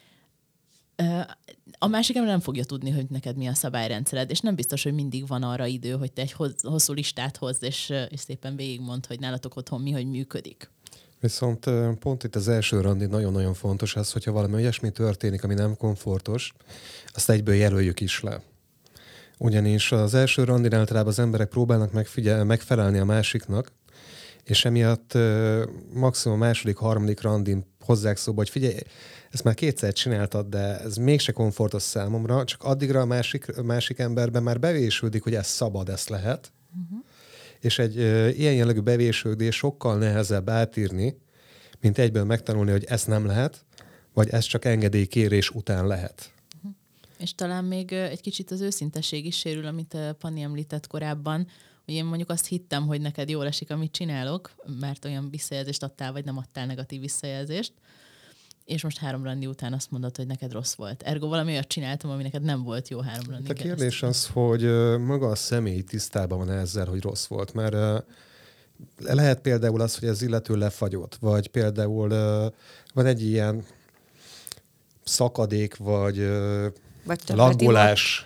a másik ember nem fogja tudni, hogy neked mi a szabályrendszered, és nem biztos, hogy mindig van arra idő, hogy te egy hosszú listát hozz, és szépen végigmondd, hogy nálatok otthon mi, hogy működik. Viszont pont itt az első randi nagyon-nagyon fontos az, hogyha valami olyasmi történik, ami nem komfortos, azt egyből jelöljük is le. Ugyanis az első randin általában az emberek próbálnak megfelelni a másiknak, és emiatt maximum a második, harmadik randin hozzák szóba, hogy figyelj, ezt már kétszer csináltad, de ez mégse komfortos számomra, csak addigra a másik emberben már bevésődik, hogy ez szabad, ezt lehet. És egy ilyen jellegű bevésődés sokkal nehezebb átírni, mint egyből megtanulni, hogy ezt nem lehet, vagy ez csak engedélykérés után lehet. És talán még egy kicsit az őszintesség is sérül, amit Panni említett korábban, hogy én mondjuk azt hittem, hogy neked jól esik, amit csinálok, mert olyan visszajelzést adtál, vagy nem adtál negatív visszajelzést, és most 3 randi után azt mondod, hogy neked rossz volt. Ergo valami olyat csináltam, ami neked nem volt jó 3 randi. A kérdés az, hogy maga a személy tisztában van ezzel, hogy rossz volt, mert lehet például az, hogy az illető lefagyott, vagy például van egy ilyen szakadék, vagy laggolás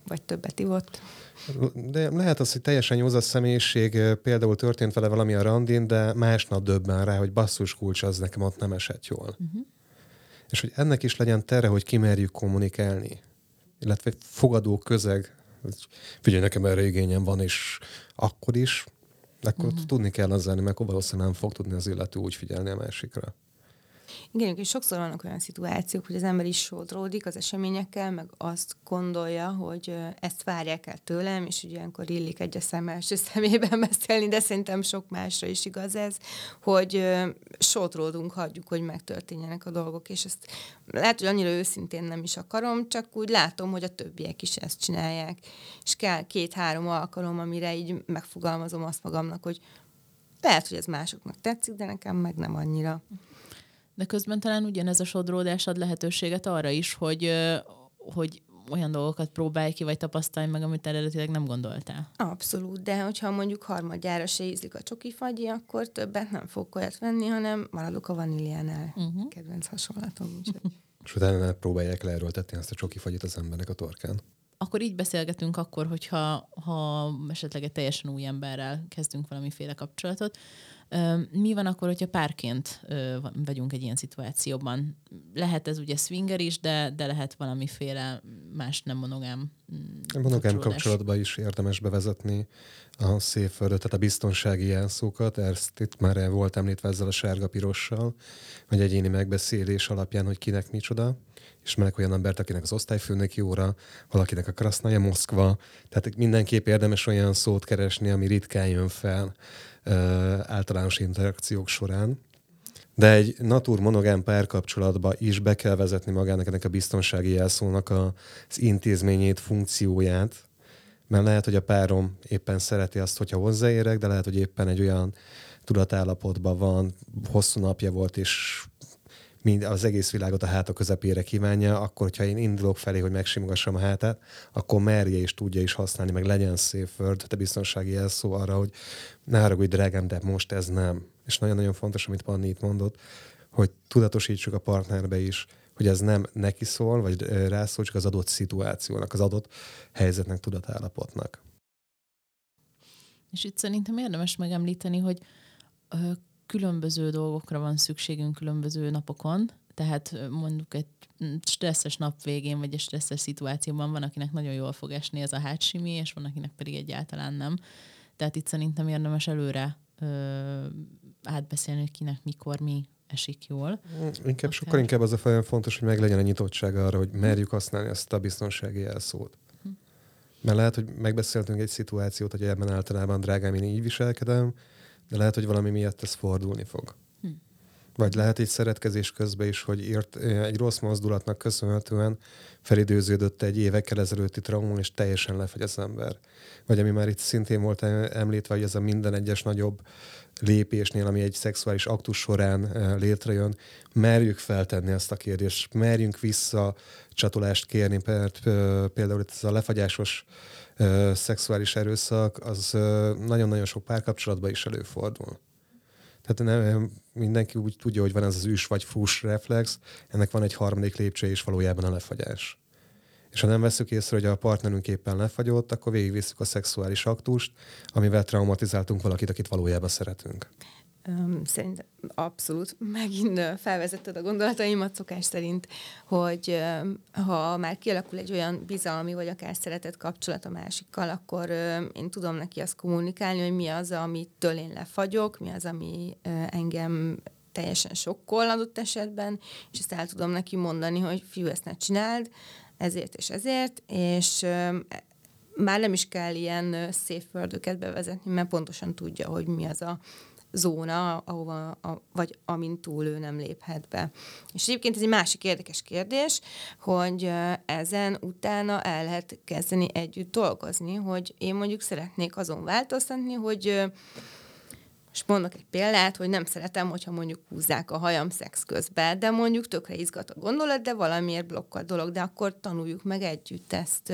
vagy többet ivott. De lehet az, hogy teljesen józan személyiség, például történt vele valami a randin, de másnap döbben rá, hogy basszus kulcs, az nekem ott nem esett jól. Uh-huh. És hogy ennek is legyen tere, hogy kimerjük kommunikálni. Illetve egy fogadó közeg, figyelj, nekem erre igényem van, és akkor is, akkor tudni kell az lenni, mert valószínűleg nem fog tudni az illető úgy figyelni a másikra. Igen, és sokszor vannak olyan szituációk, hogy az ember is sodródik az eseményekkel, meg azt gondolja, hogy ezt várják el tőlem, és ugye ilyenkor illik egy szem első szemében beszélni, de szerintem sok másra is igaz ez, hogy sodródunk, hagyjuk, hogy megtörténjenek a dolgok, és ezt lehet, hogy annyira őszintén nem is akarom, csak úgy látom, hogy a többiek is ezt csinálják. És kell 2-3 alkalom, amire így megfogalmazom azt magamnak, hogy lehet, hogy ez másoknak tetszik, de nekem meg nem annyira. De közben talán ugyanez a sodródás ad lehetőséget arra is, hogy olyan dolgokat próbálj ki, vagy tapasztalj meg, amit eredetileg nem gondoltál. Abszolút, de hogyha mondjuk harmadjára se ízlik a csokifagyi, akkor többet nem fogok olyat venni, hanem maradok a vaníliánál. Kedvenc hasonlatom. És utána próbálják leerőltetni azt a csokifagyit az embernek a torkán. Akkor így beszélgetünk akkor, hogyha esetleg egy teljesen új emberrel kezdünk valamiféle kapcsolatot. Mi van akkor, hogyha párként vagyunk egy ilyen szituációban? Lehet ez ugye swinger is, de lehet valamiféle más nem monogám monogám kapcsolatban is érdemes bevezetni a safe word-öt, tehát a biztonsági jelszókat. Ezt itt már volt említve ezzel a sárga-pirossal, vagy egyéni megbeszélés alapján, hogy kinek micsoda. Ismerek olyan embert, akinek az osztályfőnöki óra, valakinek a Krasznaja Moszkva. Tehát mindenképp érdemes olyan szót keresni, ami ritkán jön fel általános interakciók során. De egy monogám párkapcsolatba is be kell vezetni magának ennek a biztonsági jelszónak az intézményét, funkcióját, mert lehet, hogy a párom éppen szereti azt, hogyha hozzáérek, de lehet, hogy éppen egy olyan tudatállapotban van, hosszú napja volt, és az egész világot a háta közepére kívánja, akkor, hogyha én indulok felé, hogy megsimogassam a hátát, akkor merje és tudja is használni, meg legyen safe word, tehát a biztonsági jelszó arra, hogy ne haragudj, drágám, de most ez nem. És nagyon-nagyon fontos, amit Panni itt mondott, hogy tudatosítsuk a partnerbe is, hogy ez nem neki szól, vagy rászól, csak az adott szituációnak, az adott helyzetnek, tudatállapotnak. És itt szerintem érdemes megemlíteni, hogy különböző dolgokra van szükségünk különböző napokon, tehát mondjuk egy stresszes nap végén, vagy egy stresszes szituációban van, akinek nagyon jól fog esni ez a hátsimi, és van, akinek pedig egyáltalán nem. Tehát itt szerintem érdemes előre átbeszélni, hogy kinek mikor mi esik jól. Sokkal inkább az a nagyon fontos, hogy meglegyen a nyitottság arra, hogy merjük használni ezt a biztonsági jelszót. Mert lehet, hogy megbeszéltünk egy szituációt, hogy ebben általában, drágám, én így viselkedem, de lehet, hogy valami miatt ez fordulni fog. Vagy lehet egy szeretkezés közben is, hogy egy rossz mozdulatnak köszönhetően felidőződött egy évekkel ezelőtti trauma, és teljesen lefagy az ember. Vagy ami már itt szintén volt említve, hogy ez a minden egyes nagyobb lépésnél, ami egy szexuális aktus során létrejön, merjük feltenni ezt a kérdést, merjünk visszacsatolást kérni, mert például ez a lefagyásos szexuális erőszak, az nagyon-nagyon sok párkapcsolatban is előfordul. Tehát nem, mindenki úgy tudja, hogy van ez az üs vagy fuss reflex, ennek van egy harmadik lépcsője is valójában a lefagyás. És ha nem veszük észre, hogy a partnerünk éppen lefagyott, akkor végigvisszük a szexuális aktust, amivel traumatizáltunk valakit, akit valójában szeretünk. Szerintem abszolút. Megint felvezetted a gondolataimat szokás szerint, hogy ha már kialakul egy olyan bizalmi vagy akár szeretett kapcsolat a másikkal, akkor én tudom neki azt kommunikálni, hogy mi az, amitől én lefagyok, mi az, ami engem teljesen sokkol adott esetben, és ezt el tudom neki mondani, hogy fiú, ezt ne csináld, ezért és ezért, és már nem is kell ilyen safe word-öket bevezetni, mert pontosan tudja, hogy mi az a zóna, ahova, vagy amin túl ő nem léphet be. És egyébként ez egy másik érdekes kérdés, hogy ezen utána el lehet kezdeni együtt dolgozni, hogy én mondjuk szeretnék azon változtatni, hogy most mondok egy példát, hogy nem szeretem, hogyha mondjuk húzzák a hajam szex közben, de mondjuk tökre izgat a gondolat, de valamiért blokkol a dolog, de akkor tanuljuk meg együtt ezt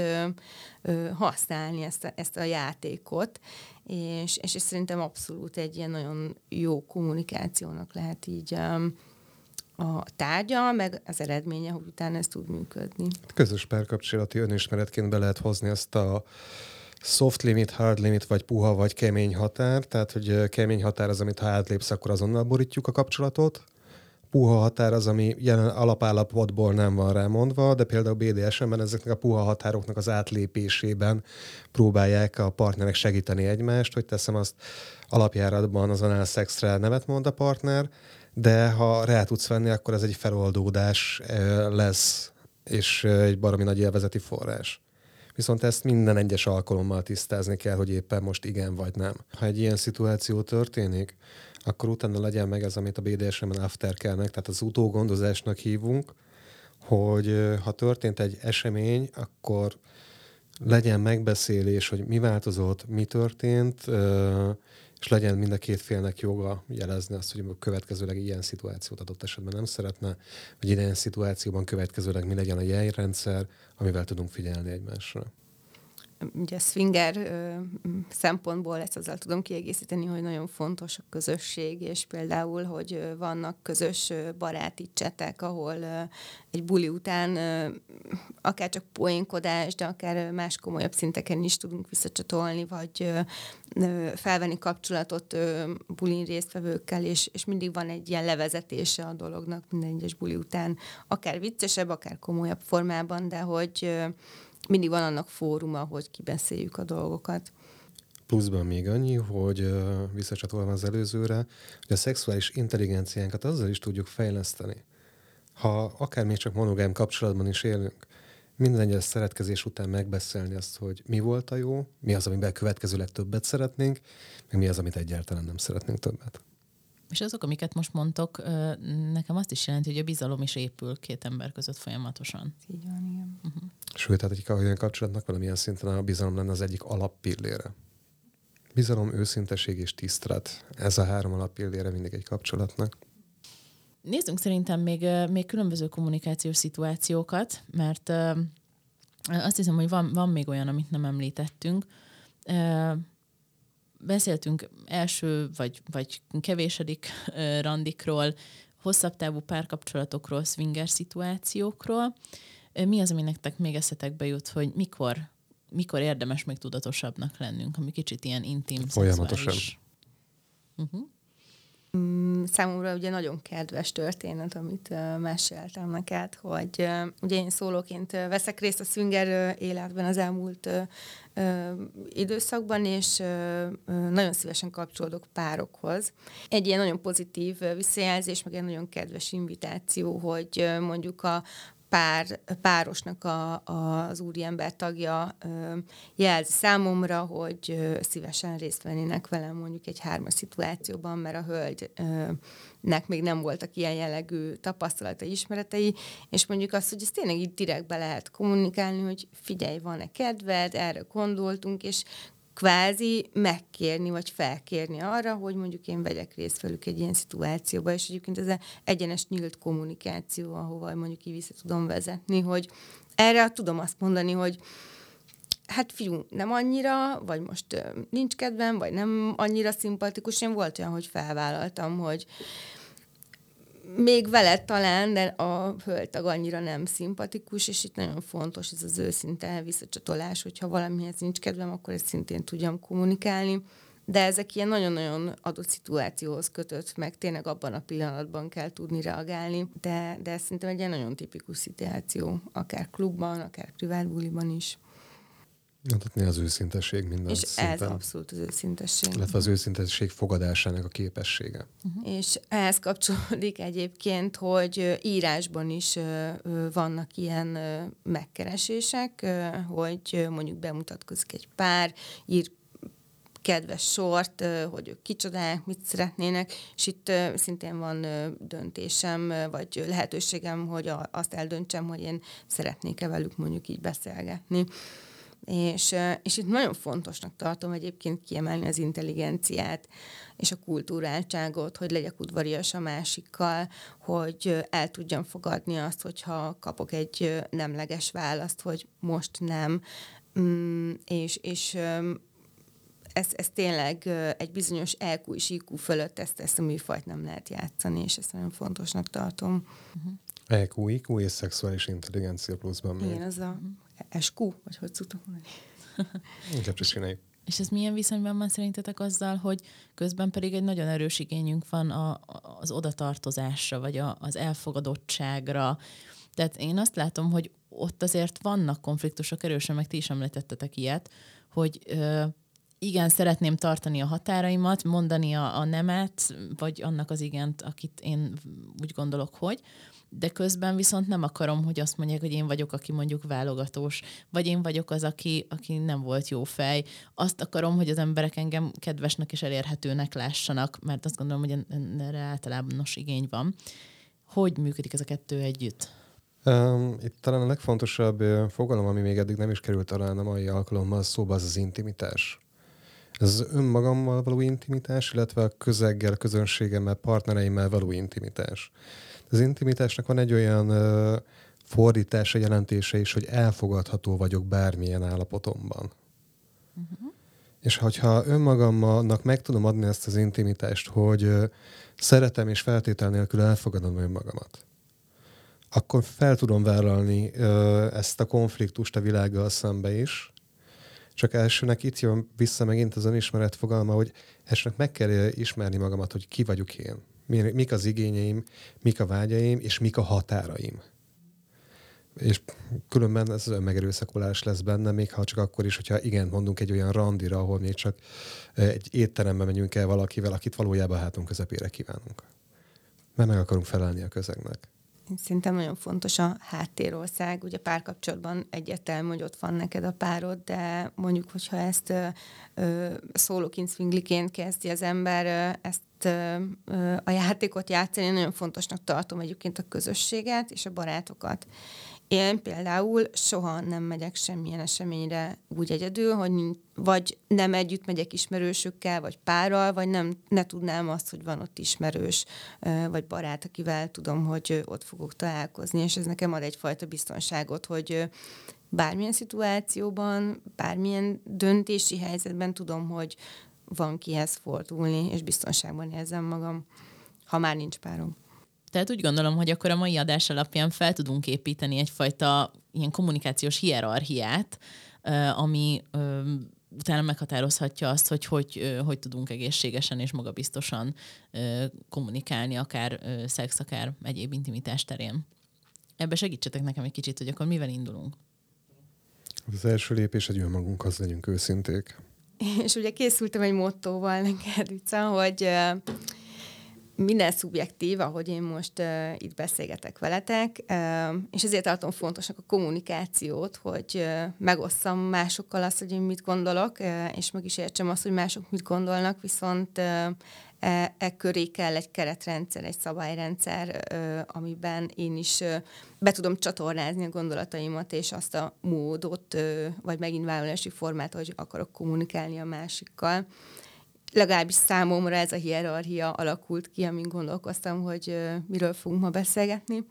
használni, ezt a játékot, és szerintem abszolút egy ilyen nagyon jó kommunikációnak lehet így a tárgya, meg az eredménye, hogy utána ez tud működni. Közös párkapcsolati önismeretként be lehet hozni ezt a soft limit, hard limit, vagy puha, vagy kemény határ. Tehát, hogy kemény határ az, amit ha átlépsz, akkor azonnal borítjuk a kapcsolatot. Puha határ az, ami jelen alapállapotból nem van rámondva, de például BDSM-ben ezeknek a puha határoknak az átlépésében próbálják a partnerek segíteni egymást, hogy teszem azt, alapjáratban az anal szexre nevet mond a partner, de ha rá tudsz venni, akkor ez egy feloldódás lesz, és egy baromi nagy élvezeti forrás. Viszont ezt minden egyes alkalommal tisztázni kell, hogy éppen most igen vagy nem. Ha egy ilyen szituáció történik, akkor utána legyen meg ez, amit a BDSM-en aftercare-nek, tehát az utógondozásnak hívunk, hogy ha történt egy esemény, akkor legyen megbeszélés, hogy mi változott, mi történt, és legyen mind a két félnek joga jelezni azt, hogy következőleg ilyen szituációt adott esetben nem szeretne, vagy ilyen szituációban következőleg mi legyen a jelrendszer, amivel tudunk figyelni egymásra. Ugye swinger szempontból ezt azzal tudom kiegészíteni, hogy nagyon fontos a közösség, és például, hogy vannak közös baráti csetek, ahol egy buli után akár csak poénkodás, de akár más komolyabb szinteken is tudunk visszacsatolni, vagy felvenni kapcsolatot bulin résztvevőkkel, és mindig van egy ilyen levezetése a dolognak minden egyes buli után, akár viccesebb, akár komolyabb formában, de hogy mindig van annak fóruma, hogy kibeszéljük a dolgokat. Pluszban még annyi, hogy visszacsatolva az előzőre, hogy a szexuális intelligenciánkat azzal is tudjuk fejleszteni. Ha akár még csak monogám kapcsolatban is élünk, minden egyes szeretkezés után megbeszélni azt, hogy mi volt a jó, mi az, amiben következőleg többet szeretnénk, meg mi az, amit egyáltalán nem szeretnénk többet. És azok, amiket most mondtok, nekem azt is jelenti, hogy a bizalom is épül két ember között folyamatosan. Így van, igen. Uh-huh. Sőt, tehát egy olyan kapcsolatnak valamilyen szinten a bizalom lenne az egyik alappillére. Bizalom, őszinteség és tisztelet. Ez a 3 alappillére mindig egy kapcsolatnak. Nézzünk szerintem még különböző kommunikációs szituációkat, mert azt hiszem, hogy van még olyan, amit nem említettünk. Beszéltünk első vagy kevésedik randikról, hosszabb távú párkapcsolatokról, swinger szituációkról. Mi az, ami nektek még eszetekbe jut, hogy mikor érdemes még tudatosabbnak lennünk, ami kicsit ilyen intim, folyamatosan. Uh-huh. Számomra ugye nagyon kedves történet, amit meséltem neked, hogy ugye én szólóként veszek részt a swinger életben az elmúlt időszakban, és nagyon szívesen kapcsolódok párokhoz. Egy ilyen nagyon pozitív visszajelzés, meg egy nagyon kedves invitáció, hogy mondjuk a párosnak az úriember tagja jelzi számomra, hogy szívesen részt vennének velem mondjuk egy 3-as szituációban, mert a hölgynek még nem voltak ilyen jellegű tapasztalatai, ismeretei, és mondjuk azt, hogy ezt tényleg így direktbe lehet kommunikálni, hogy figyelj, van-e kedved, erre gondoltunk, és kvázi megkérni, vagy felkérni arra, hogy mondjuk én vegyek részt velük egy ilyen szituációba, és egyébként ez egy egyenes nyílt kommunikáció, ahova mondjuk így vissza tudom vezetni, hogy erre tudom azt mondani, hogy hát fiú, nem annyira, vagy most nincs kedvem, vagy nem annyira szimpatikus. Én volt olyan, hogy felvállaltam, hogy még veled talán, de a hölgytag annyira nem szimpatikus, és itt nagyon fontos ez az őszinte visszacsatolás, hogyha valamihez nincs kedvem, akkor ezt szintén tudjam kommunikálni. De ezek ilyen nagyon-nagyon adott szituációhoz kötött, meg tényleg abban a pillanatban kell tudni reagálni, de ez szerintem egy ilyen nagyon tipikus szituáció, akár klubban, akár privát buliban is. Mutatni az őszintesség minden és szinten. Ez abszolút az őszintesség. Illetve az őszintesség fogadásának a képessége. Uh-huh. És ehhez kapcsolódik egyébként, hogy írásban is vannak ilyen megkeresések, hogy mondjuk bemutatkozik egy pár, ír kedves sort, hogy ők kicsodák, mit szeretnének, és itt szintén van döntésem, vagy lehetőségem, hogy azt eldöntsem, hogy én szeretnék-e velük mondjuk így beszélgetni. És itt nagyon fontosnak tartom egyébként kiemelni az intelligenciát és a kulturáltságot, hogy legyek udvarias a másikkal, hogy el tudjam fogadni azt, hogyha kapok egy nemleges választ, hogy most nem, és ez tényleg egy bizonyos EQ és IQ fölött ezt a műfajt nem lehet játszani, és ezt nagyon fontosnak tartom. EQ, IQ és szexuális intelligencia pluszban még. Igen, az a SQ, vagy hogy szoktuk mondani? Inkább csak csináljuk. És ez milyen viszonyban van szerintetek azzal, hogy közben pedig egy nagyon erős igényünk van az odatartozásra, vagy az elfogadottságra. Tehát én azt látom, hogy ott azért vannak konfliktusok erősen, meg ti is említettetek ilyet, hogy igen, szeretném tartani a határaimat, mondani a nemet, vagy annak az igent, akit én úgy gondolok, hogy, de közben viszont nem akarom, hogy azt mondják, hogy én vagyok, aki mondjuk válogatós, vagy én vagyok az, aki nem volt jó fej. Azt akarom, hogy az emberek engem kedvesnek és elérhetőnek lássanak, mert azt gondolom, hogy erre általános igény van. Hogy működik ez a kettő együtt? Itt talán a legfontosabb fogalom, ami még eddig nem is került talán a mai alkalommal szóba, az intimitás. Ez az önmagammal való intimitás, illetve a közeggel, közönségemmel, partnereimmel való intimitás. Az intimitásnak van egy olyan fordítása, jelentése is, hogy elfogadható vagyok bármilyen állapotomban. És hogyha önmagamnak meg tudom adni ezt az intimitást, hogy szeretem és feltétel nélkül elfogadom önmagamat, akkor fel tudom vállalni ezt a konfliktust a világgal szembe is. Csak elsőnek itt jön vissza megint az önismeret fogalma, hogy elsőnek meg kell ismerni magamat, hogy ki vagyok én. Mik az igényeim, mik a vágyaim, és mik a határaim. És különben ez az önmegerőszakolás lesz benne, még ha csak akkor is, hogyha igen, mondunk egy olyan randira, ahol még csak egy étterembe megyünk el valakivel, akit valójában hátunk közepére kívánunk. Mert meg akarunk felelni a közegnek. Szerintem nagyon fontos a háttérország. Ugye párkapcsolatban egyértelmű, hogy ott van neked a párod, de mondjuk, hogyha ezt szólókincfingliként kezdi az ember ezt a játékot játszani, nagyon fontosnak tartom egyébként a közösséget és a barátokat. Én például soha nem megyek semmilyen eseményre úgy egyedül, hogy vagy nem együtt megyek ismerősökkel, vagy párral, vagy ne tudnám azt, hogy van ott ismerős, vagy barát, akivel tudom, hogy ott fogok találkozni, és ez nekem ad egyfajta biztonságot, hogy bármilyen szituációban, bármilyen döntési helyzetben tudom, hogy van kihez fordulni, és biztonságban érzem magam, ha már nincs párom. Tehát úgy gondolom, hogy akkor a mai adás alapján fel tudunk építeni egyfajta ilyen kommunikációs hierarchiát, ami utána meghatározhatja azt, hogy tudunk egészségesen és magabiztosan kommunikálni, akár szex, akár egyéb intimitás terén. Ebbe segítsetek nekem egy kicsit, hogy akkor mivel indulunk? Az első lépés egy önmagunkhoz, legyünk őszinték. És ugye készültem egy mottóval neked, Ica, hogy minden szubjektív, ahogy én most itt beszélgetek veletek, és ezért tartom fontosnak a kommunikációt, hogy megosszam másokkal azt, hogy én mit gondolok, és meg is értsem azt, hogy mások mit gondolnak, viszont köré kell egy keretrendszer, egy szabályrendszer, amiben én is be tudom csatornázni a gondolataimat, és azt a módot, vagy megint vállalási formát, hogy akarok kommunikálni a másikkal. Legalábbis számomra ez a hierarchia alakult ki, amin gondolkoztam, hogy miről fogunk ma beszélgetni.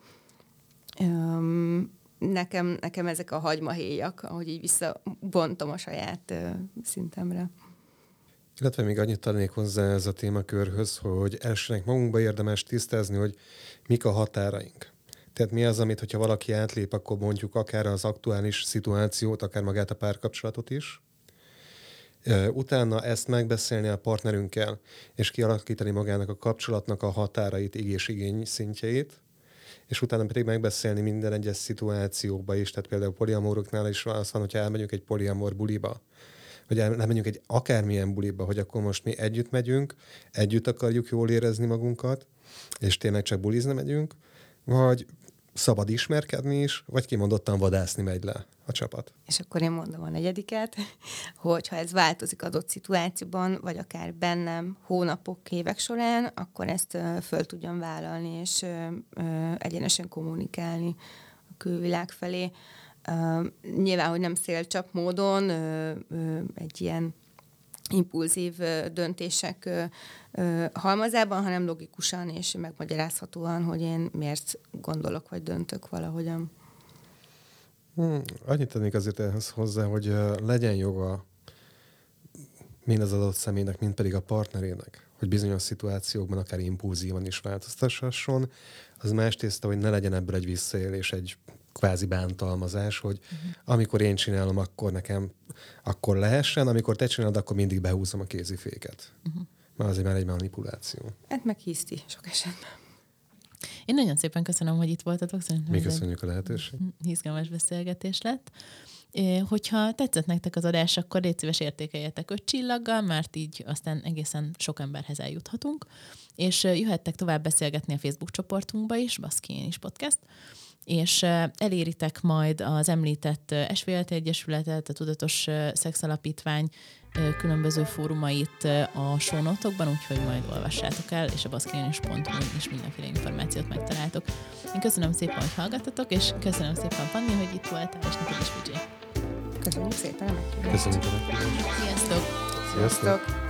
Nekem ezek a hagymahéjak, ahogy így visszabontom a saját szintemre. Illetve még annyit tennék hozzá ez a témakörhöz, hogy elsőnek magunkba érdemes tisztázni, hogy mik a határaink. Tehát mi az, amit, hogyha valaki átlép, akkor mondjuk akár az aktuális szituációt, akár magát a párkapcsolatot is. Utána ezt megbeszélni a partnerünkkel, és kialakítani magának a kapcsolatnak a határait, igény szintjeit, és utána pedig megbeszélni minden egyes szituációkba is, tehát például poliamoroknál is az van, hogyha elmegyünk egy poliamor buliba, vagy elmegyünk egy akármilyen buliba, hogy akkor most mi együtt megyünk, együtt akarjuk jól érezni magunkat, és tényleg csak bulizni megyünk, vagy szabad ismerkedni is, vagy kimondottan vadászni megy le a csapat. És akkor én mondom a negyediket, hogy ha ez változik adott szituációban, vagy akár bennem hónapok, évek során, akkor ezt föl tudjam vállalni, és egyenesen kommunikálni a külvilág felé. Nyilván, hogy nem szélcsap módon, egy ilyen impulzív döntések halmazában, hanem logikusan és megmagyarázhatóan, hogy én miért gondolok, vagy döntök valahogyan. Annyit tennék azért ehhez hozzá, hogy legyen joga mind az adott személynek, mind pedig a partnerének, hogy bizonyos szituációkban akár impulzívan is változtathasson, az más tészta, hogy ne legyen ebből egy visszaélés, egy kvázi bántalmazás, hogy amikor én csinálom, akkor nekem akkor lehessen, amikor te csinálod, akkor mindig behúzom a kéziféket. Mert azért már egy manipuláció. Hát meg hiszti sok esetben. Én nagyon szépen köszönöm, hogy itt voltatok. Mi köszönjük a lehetőséget. Izgalmas beszélgetés lett. Hogyha tetszett nektek az adás, akkor légy szíves értékeljetek 5 csillaggal, mert így aztán egészen sok emberhez eljuthatunk. És jöhettek tovább beszélgetni a Facebook csoportunkba is, Baszki Én is podcast, és eléritek majd az említett SVLT Egyesületet, a Tudatos Szex Alapítvány különböző fórumait a show note-okban, úgyhogy majd olvassátok el, és a baszkiénis.hu is mindenféle információt megtaláltok. Én köszönöm szépen, hogy hallgattatok, és köszönöm szépen, Panni, hogy itt voltál, és neked is, Vijay. Köszönjük szépen a meghívást. Köszönjük a meghívást. Sziasztok! Sziasztok!